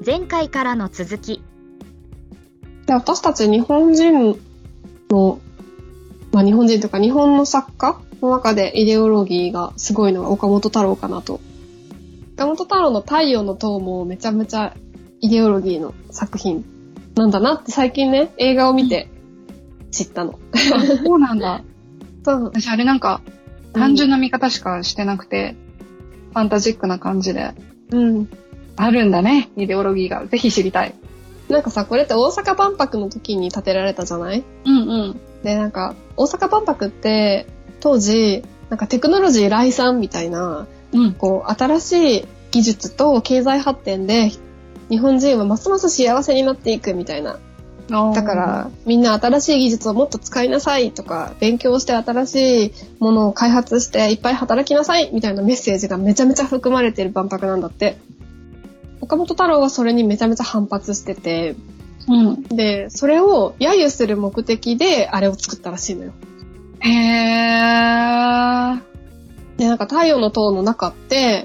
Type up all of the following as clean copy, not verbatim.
前回からの続き。 で、私たち日本人の、日本人というか日本の作家の中でイデオロギーがすごいのが岡本太郎かなと。岡本太郎の太陽の塔もめちゃめちゃイデオロギーの作品なんだなって最近ね、映画を見て知ったの。 そうなんだ。 そう。 私あれなんか、単純な見方しかしてなくて、ファンタジックな感じで。あるんだね、イデオロギーが。ぜひ知りたい。 なんかさ、これって大阪万博の時に建てられたじゃない？で、なんか、大阪万博って、当時、なんかテクノロジー来産みたいな、こう、新しい技術と経済発展で、日本人はますます幸せになっていくみたいな。だから、みんな新しい技術をもっと使いなさいとか、勉強して新しいものを開発していっぱい働きなさいみたいなメッセージがめちゃめちゃ含まれている万博なんだって。岡本太郎はそれにめちゃめちゃ反発してて、で、それを揶揄する目的であれを作ったらしいのよ。 へー。 で、なんか太陽の塔の中って、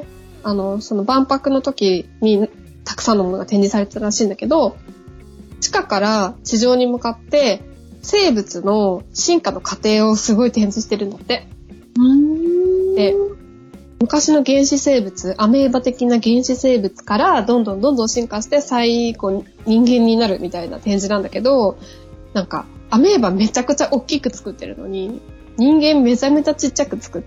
その万博の時にたくさんのものが展示されてたらしいんだけど、地下から地上に向かって生物の進化の過程をすごい展示してるんだって。で、昔の原始生物、アメーバ的な原始生物からどんどん進化して最後人間になるみたいな展示なんだけど、なんかアメーバめちゃくちゃ大きく作ってるのに、人間めちゃめちゃちっちゃく作って、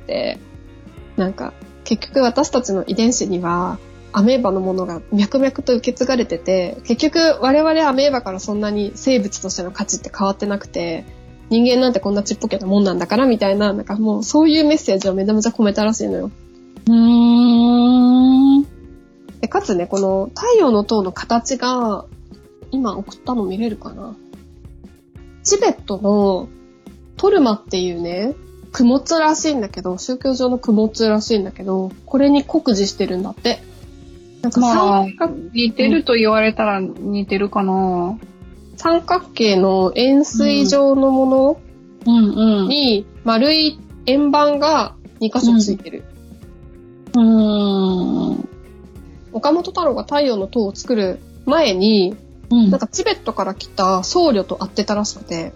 なんか結局私たちの遺伝子にはアメーバのものが脈々と受け継がれてて、結局我々アメーバからそんなに生物としての価値って変わってなくて、人間なんてこんなちっぽけなもんなんだからみたいな、なんかもうそういうメッセージをめちゃめちゃ込めたらしいのよ。でかつね、この太陽の塔の形が、今送ったの見れるかな？チベットのトルマっていうね、供物らしいんだけど、宗教上の供物らしいんだけど、これに酷似してるんだって。なんか似てると言われたら似てるかな。 三角形の円錐状のものに丸い円盤が2箇所ついてる。岡本太郎が太陽の塔を作る前に、なんかチベットから来た僧侶と会ってたらしくて。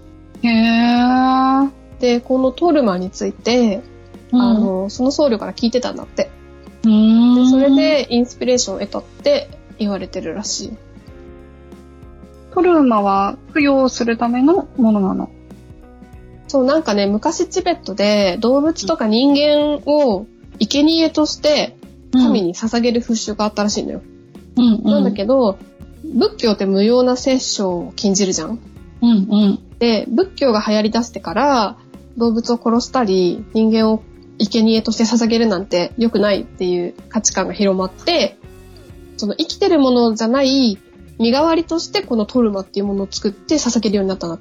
で、このトルマについて、その僧侶から聞いてたんだって。で、それでインスピレーションを得たって言われてるらしい。 トルマは供養するためのものなの？ そう、なんかね、昔チベットで動物とか人間を生贄として神に捧げる風習があったらしいのよ。なんだけど、仏教って無用な殺生を禁じるじゃん。で、仏教が流行り出してから動物を殺したり人間を生贄として捧げるなんて良くないっていう価値観が広まって、その生きてるものじゃない身代わりとしてこのトルマっていうものを作って捧げるようになったんだって。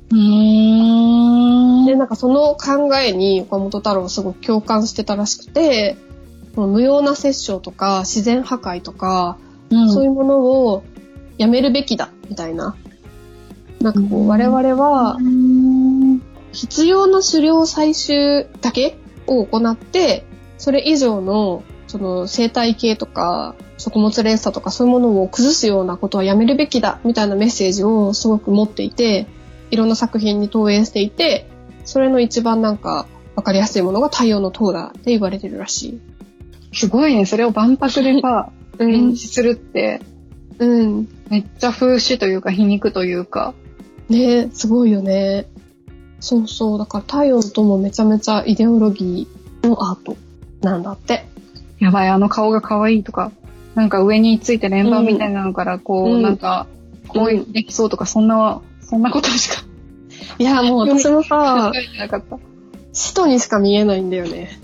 で、なんかその考えに岡本太郎はすごく共感してたらしくて、無用な殺生とか自然破壊とか、そういうものをやめるべきだみたいな。なんかこう我々は必要な狩猟採集だけを行って、それ以上のその生態系とか食物連鎖とかそういうものを崩すようなことはやめるべきだみたいなメッセージをすごく持っていて、いろんな作品に投影していて、それの一番なんかわかりやすいものが太陽の塔だって言われてるらしい。 すごいね。それを万博でさ、展示するって、めっちゃ風刺というか皮肉というか。 ね、すごいよね。そうそう。だから太陽の塔もめちゃめちゃイデオロギーのアートなんだって。 やばい、あの顔が可愛いとか、なんか上について連番みたいなのから、こう、なんか、こうできそうとか、そんなことしか。 いや、もう私もさ、 なかった。 使徒にしか見えないんだよね。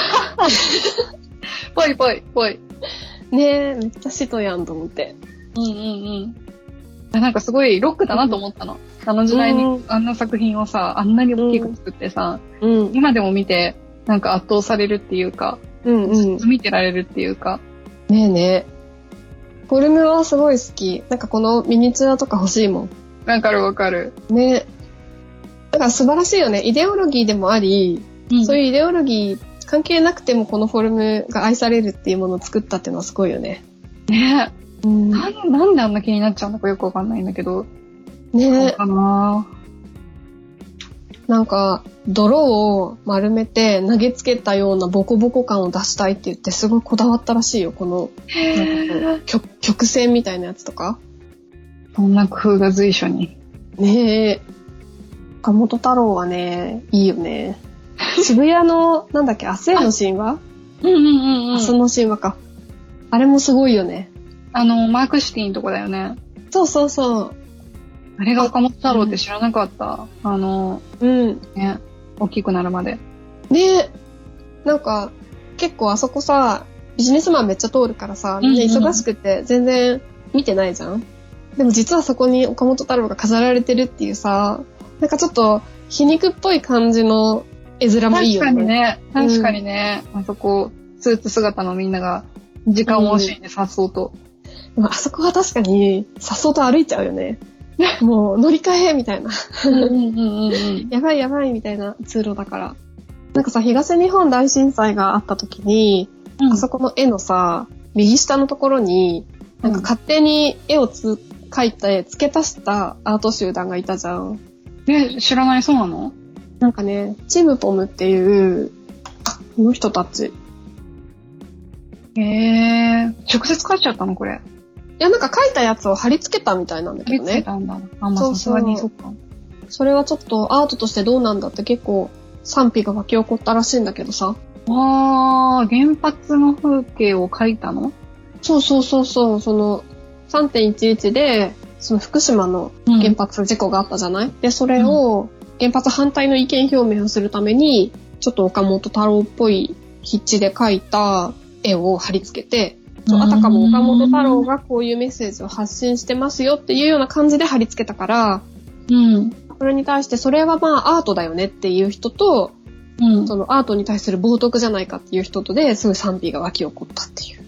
ぽい。 ねえ、めっちゃ使徒やんと思って。 なんかすごいロックだなと思ったの。あの時代にあんな作品をさ、あんなに大きく作ってさ、今でも見て、なんか圧倒されるっていうか、ずっと見てられるっていうか。 ねえねえ。フォルムはすごい好き。なんかこのミニチュアとか欲しいもん。 わかる。 ねえ。だから素晴らしいよね。イデオロギーでもあり、そういうイデオロギー関係なくてもこのフォルムが愛されるっていうものを作ったっていうのはすごいよね。 ねえ。 なんであんな気になっちゃうのかよくわかんないんだけど。 ねえ。 かな。 なんか、泥を丸めて投げつけたようなボコボコ感を出したいって言ってすごいこだわったらしいよ。この、なんか曲線みたいなやつとか。 そんな工夫が随所に。 ねえ。岡本太郎はね、いいよね。渋谷の、なんだっけ、明日への神話？ うんうんうんうん。 明日の神話か。あれもすごいよね。 マークシティのとこだよね。 そうそうそう。 あれが岡本太郎って知らなかった。ね、大きくなるまで。 ね、なんか、結構あそこさ、ビジネスマンめっちゃ通るからさ、みんな忙しくて全然見てないじゃん？でも実はそこに岡本太郎が飾られてるっていうさ、なんかちょっと皮肉っぽい感じの絵面もいいよね。 確かにね。あそこ、スーツ姿のみんなが時間を惜しんで颯爽と。 でもあそこは確かに颯爽と歩いちゃうよね。もう乗り換えみたいな。やばいやばいみたいな通路だから。なんかさ、東日本大震災があった時に、あそこの絵のさ、右下のところに、なんか勝手に絵を描いて付け足したアート集団がいたじゃん。 知らない、そうなの？ なんかね、チムポムっていう、この人たち。 直接描いちゃったのこれ。 いや、なんか描いたやつを貼り付けたみたいなんだけどね。 貼り付けたんだ。さすがにそっか。 それはちょっとアートとしてどうなんだって結構賛否が湧き起こったらしいんだけどさ。 原発の風景を描いたの？ そう。その 3.11 で、その福島の原発事故があったじゃない？で、それを原発反対の意見表明をするために、ちょっと岡本太郎っぽい筆致で描いた絵を貼り付けて、あたかも岡本太郎がこういうメッセージを発信してますよっていうような感じで貼り付けたから、それに対してそれはまあアートだよねっていう人と、そのアートに対する冒涜じゃないかっていう人とですぐ賛否が湧き起こったっていう。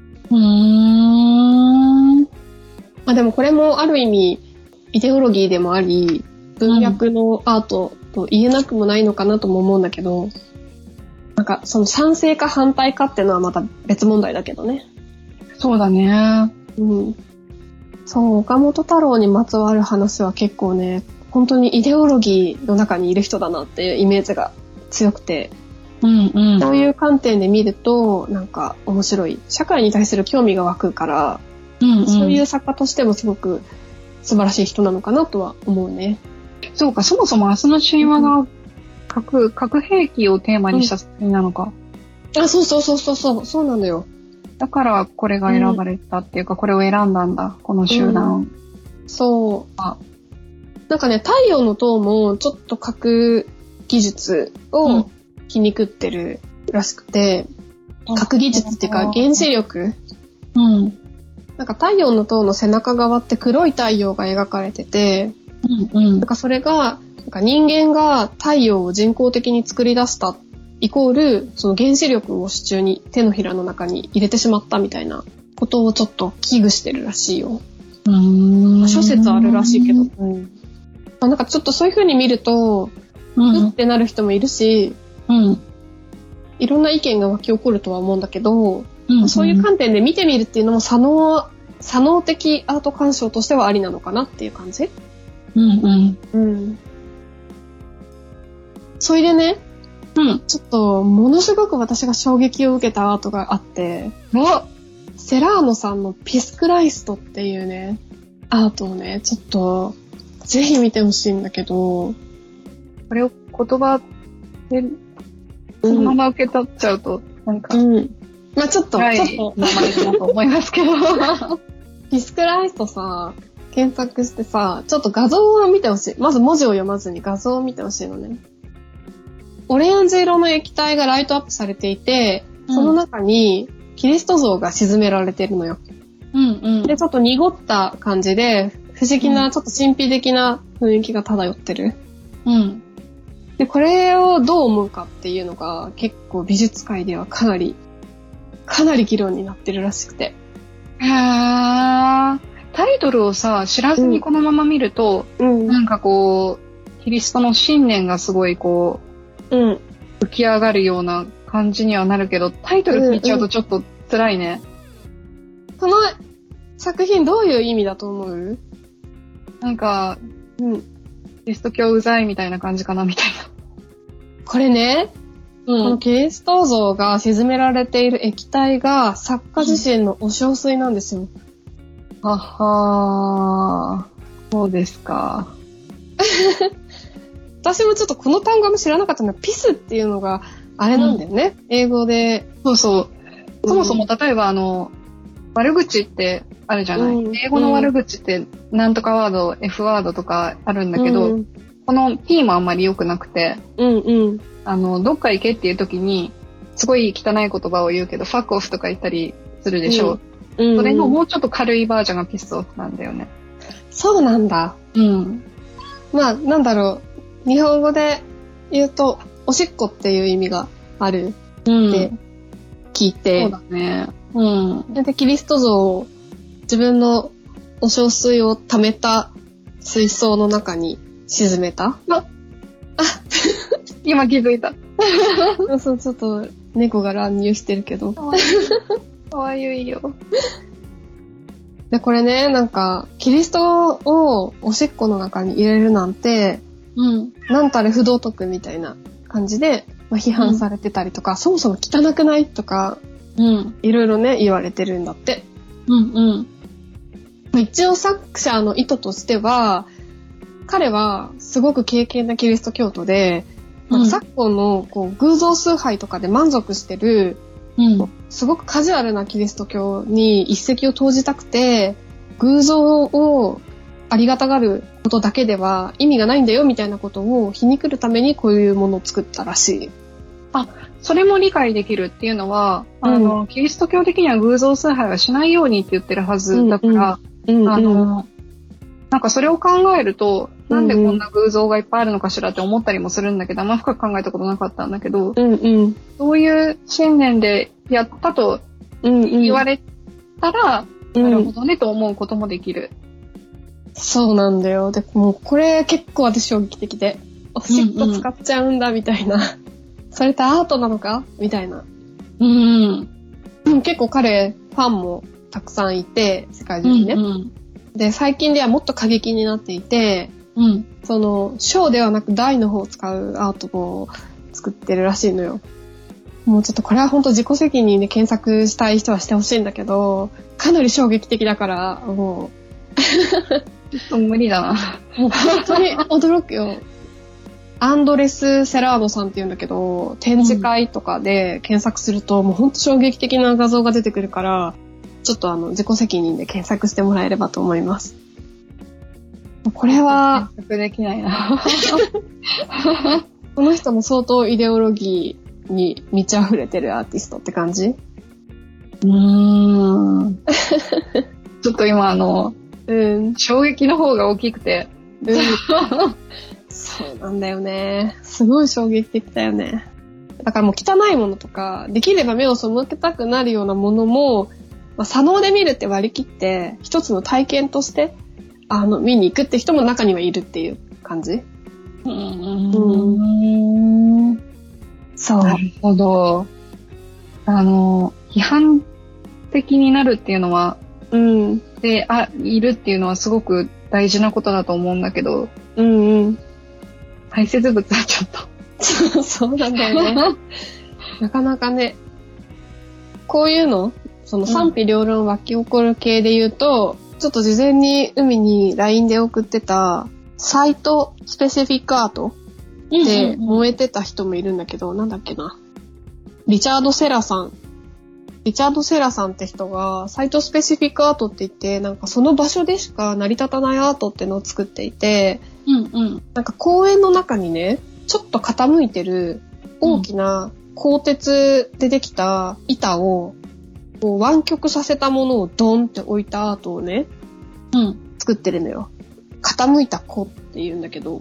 まあでもこれもある意味イデオロギーでもあり、文脈のアートと言えなくもないのかなとも思うんだけど、なんかその賛成か反対かっていうのはまた別問題だけどね。 そうだね。 そう、岡本太郎にまつわる話は結構ね、本当にイデオロギーの中にいる人だなっていうイメージが強くて、そういう観点で見るとなんか面白い、社会に対する興味が湧くから、そういう作家としてもすごく素晴らしい人なのかなとは思うね。 そうか、そもそも明日の神話が核兵器をテーマにした作品なのか。 そうなのよ。 だからこれが選ばれたっていうか、これを選んだんだ、この集団。 そう。なんかね、太陽の塔もちょっと核技術を皮肉ってるらしくて、核技術っていうか原子力。なんか太陽の塔の背中側って黒い太陽が描かれてて、なんかそれが、なんか人間が太陽を人工的に作り出したイコール、その原子力を手中に手のひらの中に入れてしまったみたいなことをちょっと危惧してるらしいよ。諸説あるらしいけど。なんかちょっとそういう風に見ると、ってなる人もいるし、いろんな意見が湧き起こるとは思うんだけど、そういう観点で見てみるっていうのも左脳的アート鑑賞としてはありなのかなっていう感じ。それでね、ちょっとものすごく私が衝撃を受けたアートがあって、セラーノさんのピスクライストっていうね、アートをね、ちょっとぜひ見てほしいんだけど、 これを言葉でそのまま受け取っちゃうと、なんか、 まあちょっと名前だなと思いますけど。 ピスクライストさ、検索してさ、ちょっと画像を見てほしい。まず文字を読まずに画像を見てほしいのね。オレンジ色の液体がライトアップされていて、その中にキリスト像が沈められてるのよ。で、ちょっと濁った感じで、不思議な、ちょっと神秘的な雰囲気が漂ってる。で、これをどう思うかっていうのが結構美術界ではかなり議論になってるらしくて。 タイトルをさ、知らずにこのまま見ると、なんかこう、キリストの信念がすごいこう、浮き上がるような感じにはなるけど、タイトル聞いちゃうとちょっと辛いね。 その作品どういう意味だと思う？ なんか、キリスト教うざいみたいな感じかなみたいな。これね、このキリスト像が沈められている液体が作家自身のお小水なんですよ。 ははー、そうですか。 私もちょっとこの単語も知らなかったのは、ピスっていうのがあれなんだよね。英語で。 そうそう。そもそも例えば悪口ってあるじゃない。英語の悪口ってなんとかワード、F ワードとかあるんだけど、この P もあんまり良くなくて、どっか行けっていう時に、すごい汚い言葉を言うけど、ファックオフとか言ったりするでしょ。それのもうちょっと軽いバージョンがピスオフなんだよね。 そうなんだ。まあ、なんだろう。日本語で言うと、おしっこっていう意味があるって聞いて。 そうだね。 で、キリスト像を自分のお小水を溜めた水槽の中に沈めた。 今気づいた。 そう、ちょっと猫が乱入してるけど。 かわいいよ。 で、これね、なんか、キリストをおしっこの中に入れるなんて、なんたれ不道徳みたいな感じで、批判されてたりとか、そもそも汚くないとか、いろいろね、言われてるんだって。一応作者の意図としては、彼はすごく敬虔なキリスト教徒で、昨今の偶像崇拝とかで満足してる、すごくカジュアルなキリスト教に一石を投じたくて、偶像をありがたがることだけでは意味がないんだよみたいなことを皮肉るためにこういうものを作ったらしい。 それも理解できるっていうのは、キリスト教的には偶像崇拝はしないようにって言ってるはずだから、なんかそれを考えると、なんでこんな偶像がいっぱいあるのかしらって思ったりもするんだけど、あんま深く考えたことなかったんだけど、そういう信念でやったと言われたら、なるほどねと思うこともできる。 そうなんだよ。で、もうこれ結構私衝撃的で、おしっこ使っちゃうんだみたいな。それってアートなのかみたいな。結構彼、ファンもたくさんいて、世界中にね。で、最近ではもっと過激になっていて、その、小ではなく大の方を使うアートを作ってるらしいのよ。もうちょっとこれは本当自己責任で検索したい人はしてほしいんだけど、かなり衝撃的だから、もう。 ちょっと無理だな。 もう本当に驚くよ。アンドレス・セラーノさんって言うんだけど、展示会とかで検索すると、もう本当衝撃的な画像が出てくるから、ちょっと自己責任で検索してもらえればと思います。これは、 検索できないな。 この人も相当イデオロギーに満ち溢れてるアーティストって感じ？ ちょっと今衝撃の方が大きくて。 そうなんだよね。すごい衝撃的だよね。だからもう汚いものとか、できれば目を背けたくなるようなものも、左脳で見るって割り切って、一つの体験として、見に行くって人も中にはいるっていう感じ。 そう。なるほど。批判的になるっていうのは、いるっていうのはすごく大事なことだと思うんだけど、排泄物はちょっと。そうなんだよね。なかなかね、こういうの、その賛否両論湧き起こる系で言うと、ちょっと事前に海に LINE で送ってた、サイトスペシフィックアートで燃えてた人もいるんだけど、なんだっけな。リチャード・セラさんって人が、サイトスペシフィックアートって言って、なんかその場所でしか成り立たないアートってのを作っていて、なんか公園の中にね、ちょっと傾いてる大きな鋼鉄でできた板を、こう湾曲させたものをドンって置いたアートをね、作ってるのよ。傾いた子って言うんだけど、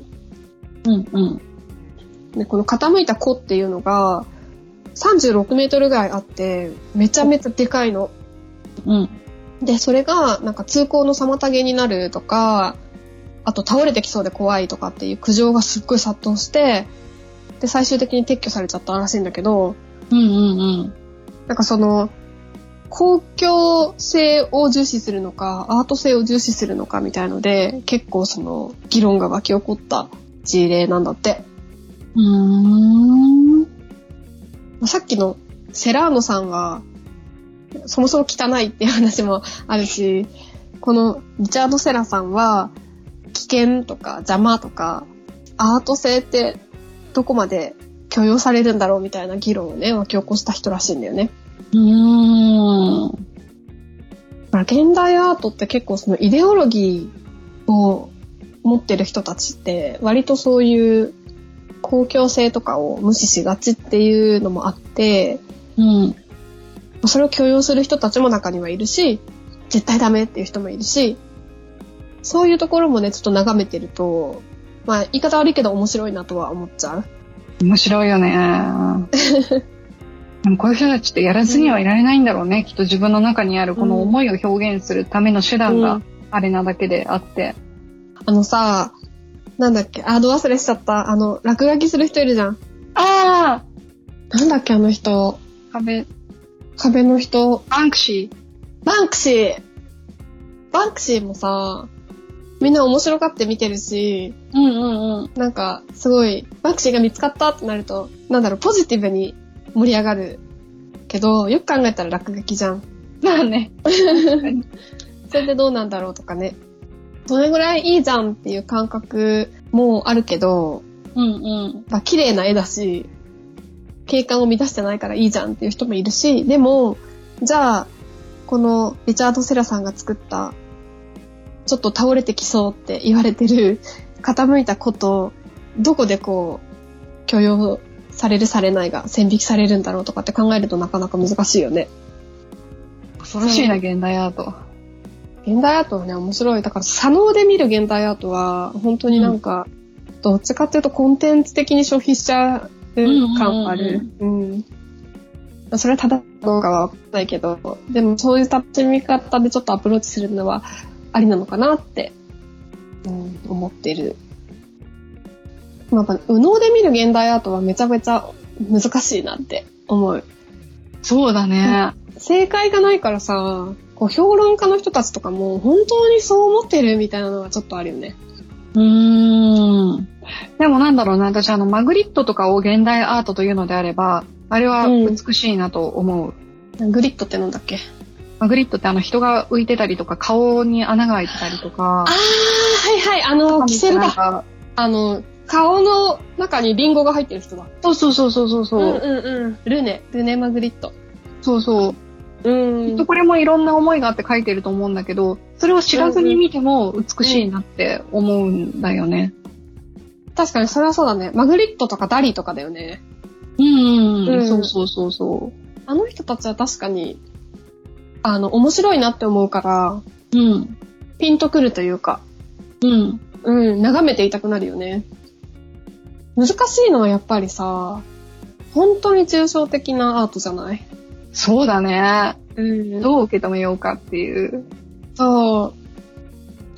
でこの傾いた子っていうのが、36メートルぐらいあって、めちゃめちゃでかいの。で、それが、なんか通行の妨げになるとか、あと倒れてきそうで怖いとかっていう苦情がすっごい殺到して、で、最終的に撤去されちゃったらしいんだけど、なんかその、 公共性を重視するのか、アート性を重視するのかみたいので、結構その議論が沸き起こった事例なんだって。さっきのセラーノさんは、そもそも汚いっていう話もあるし、このリチャード・セラさんは、危険とか邪魔とか、アート性ってどこまで許容されるんだろうみたいな議論をね、沸き起こした人らしいんだよね。現代アートって結構そのイデオロギーを持ってる人たちって割とそういう公共性とかを無視しがちっていうのもあって、それを許容する人たちも中にはいるし、絶対ダメっていう人もいるし、そういうところもねちょっと眺めてると、まあ言い方悪いけど面白いなとは思っちゃう。 面白いよね。でもこういう人たちってやらずにはいられないんだろうね。きっと自分の中にあるこの思いを表現するための手段があれなだけであって。 さ、なんだっけ、ど忘れしちゃった。落書きする人いるじゃん。なんだっけ、あの人。壁の人。 バンクシーもさ、みんな面白がって見てるし、なんか、すごい、バンクシーが見つかったってなると、ポジティブに盛り上がるけど、よく考えたら落書きじゃん。 まあね。 それでどうなんだろうとかね。それぐらいいいじゃんっていう感覚もあるけど、綺麗な絵だし、景観を乱してないからいいじゃんっていう人もいるし、でも、じゃあ、このリチャード・セラさんが作った、ちょっと倒れてきそうって言われてる傾いたこと、どこでこう、許容されるされないが線引きされるんだろうとかって考えるとなかなか難しいよね。 恐ろしいな、現代アート。 現代アートはね、面白い。だから、左脳で見る現代アートは、本当になんか、どっちかっていうとコンテンツ的に消費しちゃう感ある。それは正しいかどうかはわかんないけど、でもそういう楽しみ方でちょっとアプローチするのはありなのかなって、思ってる。やっぱ、右脳で見る現代アートはめちゃめちゃ難しいなって思う。 そうだね。 正解がないからさ、こう評論家の人たちとかも本当にそう思ってるみたいなのがちょっとあるよね。 でもなんだろうな、私マグリットとかを現代アートというのであれば、あれは美しいなと思う。 グリットってなんだっけ？ マグリットって人が浮いてたりとか、顔に穴が開いてたりとか。 はいはい、キセルだ。顔の中にリンゴが入ってる人だ。 そう。 ルネマグリット。 そう。きっとこれもいろんな思いがあって書いてると思うんだけど、それを知らずに見ても美しいなって思うんだよね。 確かにそれはそうだね。マグリットとかダリとかだよね。 そう。 あの人たちは確かに、面白いなって思うから、ピンとくるというか、眺めていたくなるよね。難しいのはやっぱりさ、本当に抽象的なアートじゃない？ そうだね。どう受け止めようかっていう。 そう。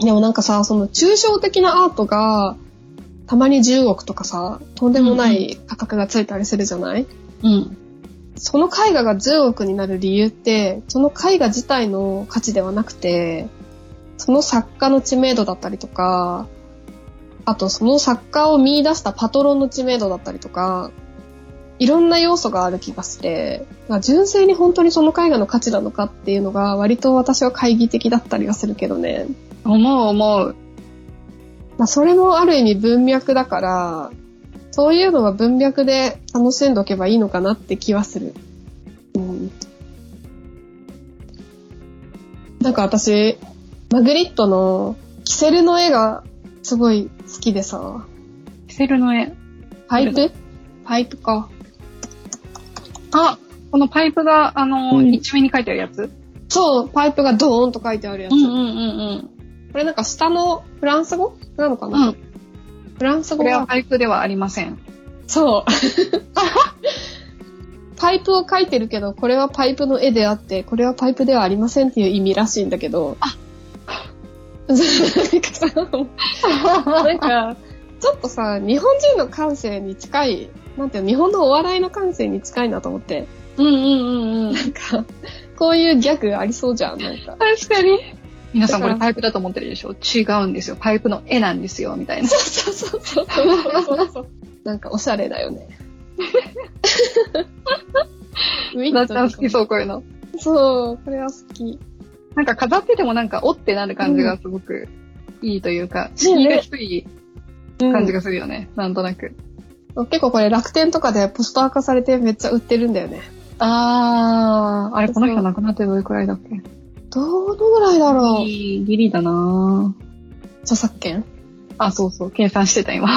でもなんかさ、その抽象的なアートが、たまに10億とかさ、とんでもない価格がついたりするじゃない？その絵画が10億になる理由って、その絵画自体の価値ではなくて、その作家の知名度だったりとか、あとその作家を見出したパトロンの知名度だったりとか、いろんな要素がある気がして、純粋に本当にその絵画の価値なのかっていうのが割と私は懐疑的だったりはするけどね。 思う。 それもある意味文脈だから、そういうのは文脈で楽しんどけばいいのかなって気はする。なんか私、マグリットのキセルの絵がすごい好きでさ。 キセルの絵？ パイプか。 このパイプが、一面に書いてあるやつ？ そう、パイプがドーンと書いてあるやつ。これなんか下のフランス語なのかな？フランス語は。 これはパイプではありません。 そう。パイプを描いてるけど、これはパイプの絵であって、これはパイプではありませんっていう意味らしいんだけど。なんか、ちょっとさ、日本人の感性に近い、なんていうの、日本のお笑いの感性に近いなと思って。なんか、 こういうギャグありそうじゃん、なんか。 確かに。皆さんこれパイプだと思ってるでしょ？違うんですよ。パイプの絵なんですよ、みたいな。 そうそうそう。なんかおしゃれだよね。 だったら好きそう、こういうの。 そう、これは好き。 なんか飾っててもなんか、おってなる感じがすごくいいというか、敷居が低い感じがするよね、なんとなく。 結構これ楽天とかでポスター化されてめっちゃ売ってるんだよね。 あれ、この人亡くなってどれくらいだっけ？ どのぐらいだろう。 ギリだなぁ。 著作権？ あ、そうそう、計算してた今。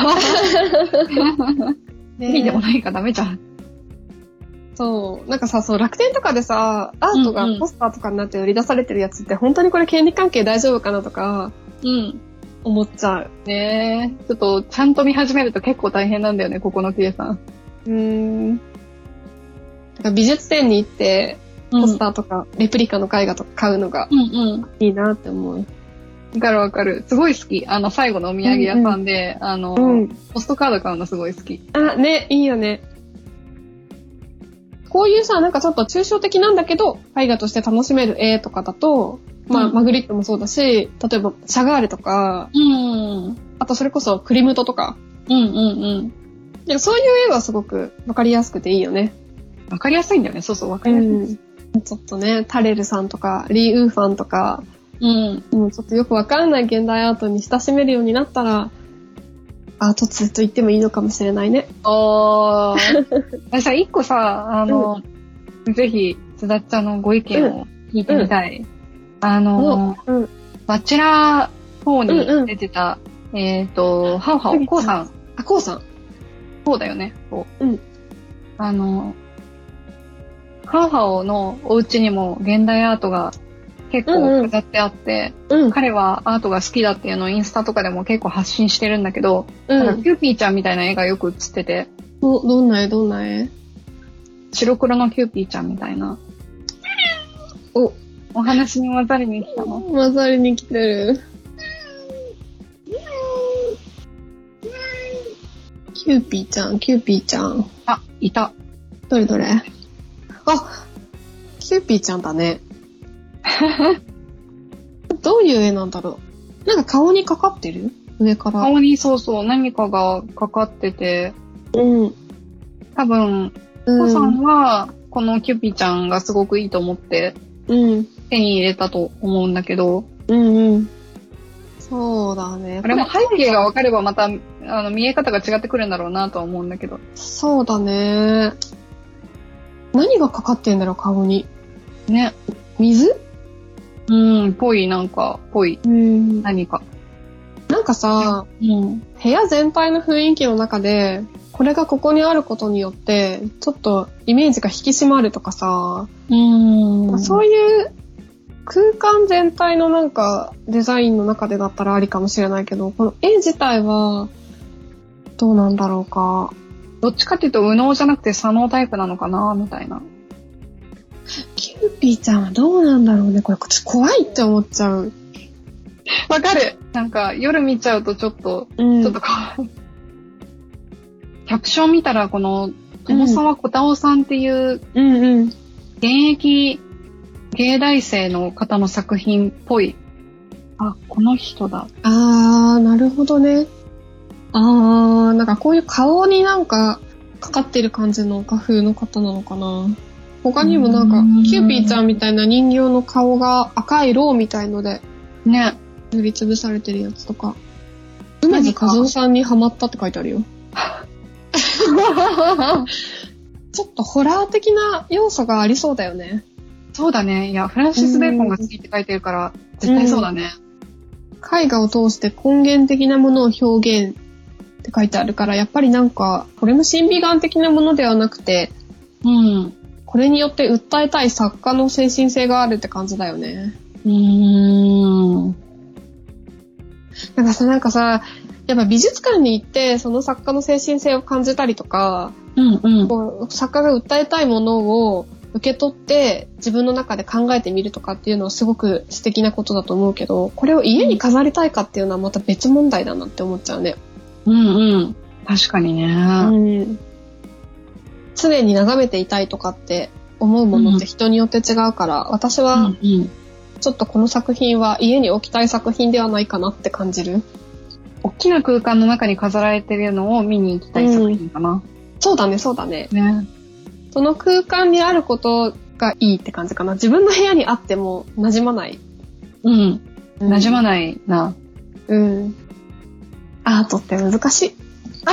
ギリでもないかダメじゃん。 そう。なんかさ、そう、楽天とかでさ、アートがポスターとかになって売り出されてるやつって、本当にこれ権利関係大丈夫かなとか、思っちゃう。 ねえ。ちょっと、ちゃんと見始めると結構大変なんだよね、ここの T さん。 なんか美術展に行って、ポスターとか、レプリカの絵画とか買うのが、いいなって思う。 わかるわかる。すごい好き。最後のお土産屋さんで、ポストカード買うのすごい好き。 あ、ね、いいよね。こういうさ、なんかちょっと抽象的なんだけど、絵画として楽しめる絵とかだと、まあ、マグリットもそうだし、例えば、シャガールとか、あとそれこそクリムトとか。そういう絵はすごくわかりやすくていいよね。 わかりやすいんだよね。そうそう、わかりやすい。 ちょっとね、タレルさんとか、リー・ウーファンとか、もうちょっとよくわかんない現代アートに親しめるようになったら、アート2と言ってもいいのかもしれないね。 一個さ、ぜひ、すだっちゃんのご意見を聞いてみたい。バチェラー4に出てた、ハオハオ、コウさん。 あ、コウさん。 そうだよね。そう。ハオハオのお家にも現代アートが結構飾ってあって、彼はアートが好きだっていうのをインスタとかでも結構発信してるんだけど、キューピーちゃんみたいな絵がよく写ってて。 どんな絵白黒のキューピーちゃんみたいな。お話に混ざりに来たの？ 混ざりに来てる。キューピーちゃん。 あ、いた。 どれあ、キューピーちゃんだね。どういう絵なんだろう。なんか顔にかかってる？上から。 顔にそう何かがかかってて。多分、コさんはこのキューピーちゃんがすごくいいと思って、手に入れたと思うんだけど。 そうだね。 あれも背景が分かればまた、見え方が違ってくるんだろうなとは思うんだけど。 そうだね。何がかかってんだろう、顔に。 ね。 水？ ぽい。何か。 なんかさ、部屋全体の雰囲気の中で、これがここにあることによって、ちょっとイメージが引き締まるとかさ、そういう空間全体のなんかデザインの中でだったらありかもしれないけど、この絵自体はどうなんだろうか。 どっちかっていうと右脳じゃなくて左脳タイプなのかなみたいな。 キューピーちゃんはどうなんだろうね。これ怖いって思っちゃう。 わかる。なんか夜見ちゃうとちょっと怖い。キャプション見たらこの友沢小太郎さんっていう現役芸大生の方の作品っぽい。あ、この人だ。 なるほどね。なんかこういう顔になんかかかってる感じの画風の方なのかな。他にもなんかキューピーちゃんみたいな人形の顔が赤いろうみたいのでね、 塗りつぶされてるやつとか。梅津和夫さんにハマったって書いてあるよ。ちょっとホラー的な要素がありそうだよね。 そうだね。いや、フランシス・ベーコンが好きって書いてるから、絶対そうだね。 絵画を通して根源的なものを表現って書いてあるから、やっぱりなんか、これも審美眼的なものではなくて、これによって訴えたい作家の精神性があるって感じだよね。なんかさ、やっぱ美術館に行ってその作家の精神性を感じたりとか、こう作家が訴えたいものを受け取って自分の中で考えてみるとかっていうのはすごく素敵なことだと思うけど、これを家に飾りたいかっていうのはまた別問題だなって思っちゃうね。 確かにね。 常に眺めていたいとかって思うものって人によって違うから、私はちょっとこの作品は家に置きたい作品ではないかなって感じる。 大きな空間の中に飾られてるのを見に行きたい作品かな。 そうだね。その空間にあることがいいって感じかな。自分の部屋にあっても馴染まない。馴染まないな。 アートって難しい。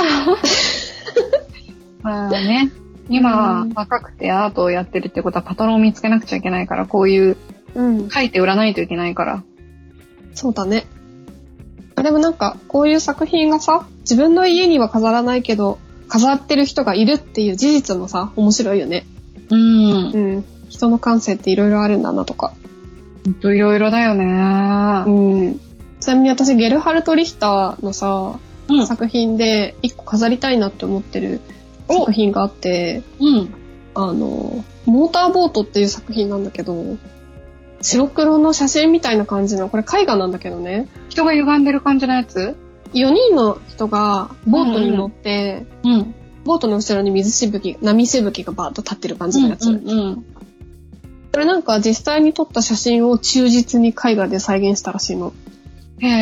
まあね、今若くてアートをやってるってことはパトロンを見つけなくちゃいけないから、こういう書いて売らないといけないから。 そうだね。でもなんかこういう作品がさ、自分の家には飾らないけど飾ってる人がいるっていう事実もさ、面白いよね。人の感性っていろいろあるんだなとか。 ほんといろいろだよね。 ちなみに私ゲルハルト・リヒターのさ、作品で一個飾りたいなって思ってる作品があって、モーターボートっていう作品なんだけど、白黒の写真みたいな感じの、これ絵画なんだけどね。 人が歪んでる感じのやつ ？4人の人がボートに乗って、ボートの後ろに波しぶきがバーッと立ってる感じのやつ。それなんか実際に撮った写真を忠実に絵画で再現したらしいの。 へー。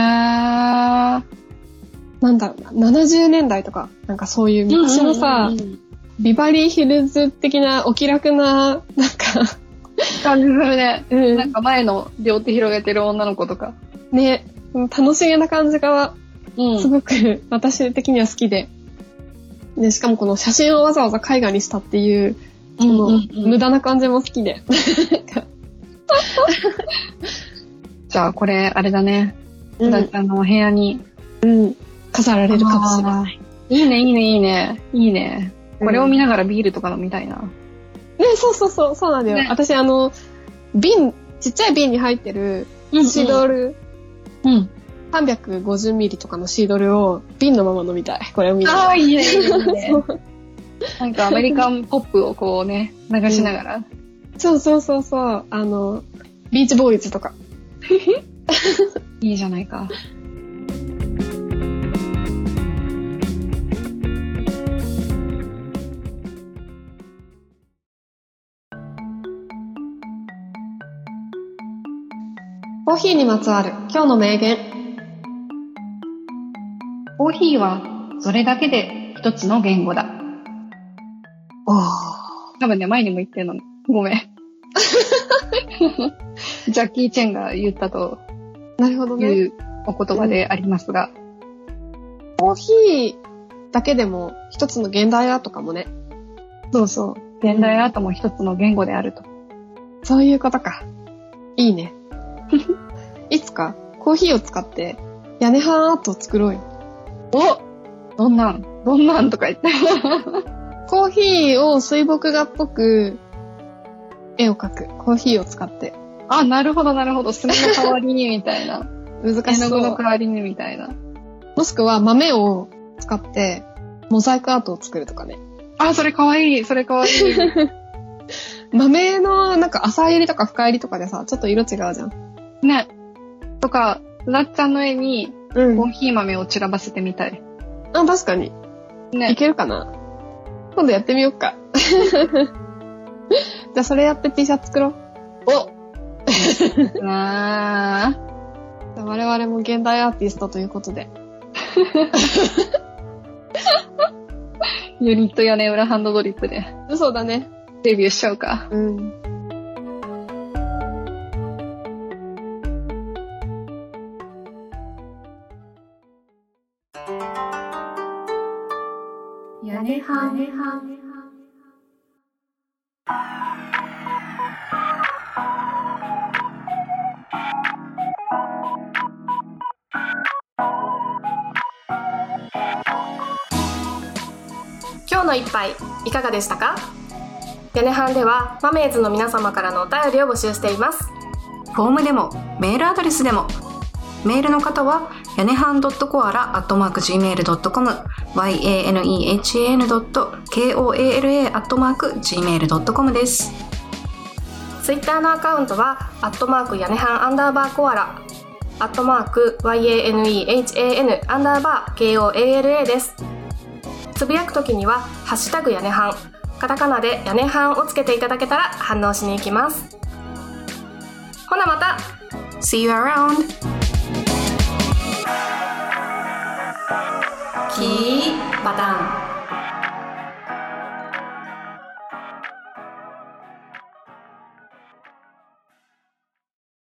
なんだろうな、70年代とか、なんかそういう昔のさ、ビバリーヒルズ的なお気楽な、なんか感じするね。なんか前の両手広げてる女の子とか。 ね、楽しげな感じが、すごく私的には好きで。で、しかもこの写真をわざわざ絵画にしたっていう、この無駄な感じも好きで。 じゃあこれ、あれだね。すだちゃんのお部屋に、 飾られるかもしれない。 いいね。これを見ながらビールとか飲みたいな。 そうなんだよ。ね、私ちっちゃい瓶に入ってるシードル、350ミリとかのシードルを瓶のまま飲みたい。これを見ながら。 いいね。なんかアメリカンポップをこうね、流しながら。 そう。ビーチボーイズとか。 いいじゃないか。 コーヒーにまつわる今日の名言。 コーヒーはそれだけで一つの言語だ。多分ね、前にも言ってるの。ごめん。ジャッキー・チェンが言ったというお言葉でありますが。 コーヒーだけでも一つの現代アートかもね。 そう。現代アートも一つの言語であると。 そういうことか。いいね。いつかコーヒーを使って屋根ハンアートを作ろうよ。 どんなんとか言って。 コーヒーを水墨画っぽく絵を描く。コーヒーを使って。 なるほど。墨の代わりにみたいな。 難しそう。 絵の具の代わりにみたいな。 もしくは豆を使ってモザイクアートを作るとかね。 それかわいい。 豆のなんか浅入りとか深入りとかでさ、ちょっと色違うじゃん。 ね。とか、すだっちゃんの絵にコーヒー豆を散らばせてみたい。 確かに。ね。いけるかな？今度やってみようか。じゃあそれやって T シャツ作ろう。我々も現代アーティストということで。 ユニット屋根裏ハンドドリップで。 そうだね。 デビューしちゃうか。 屋根ハン。今日の一杯いかがでしたか？屋根ハンではマメーズの皆様からのお便りを募集しています。 フォームでもメールアドレスでも。メールの方はやねはん.koala@gmail.com yanehan.koala@gmail.com です。 ツイッターのアカウントはやねはん_koala@yanehan_koala です。つぶやくときにはハッシュタグやねはんカタカナで屋根班をつけていただけたら反応しに行きます。ほなまた See you around!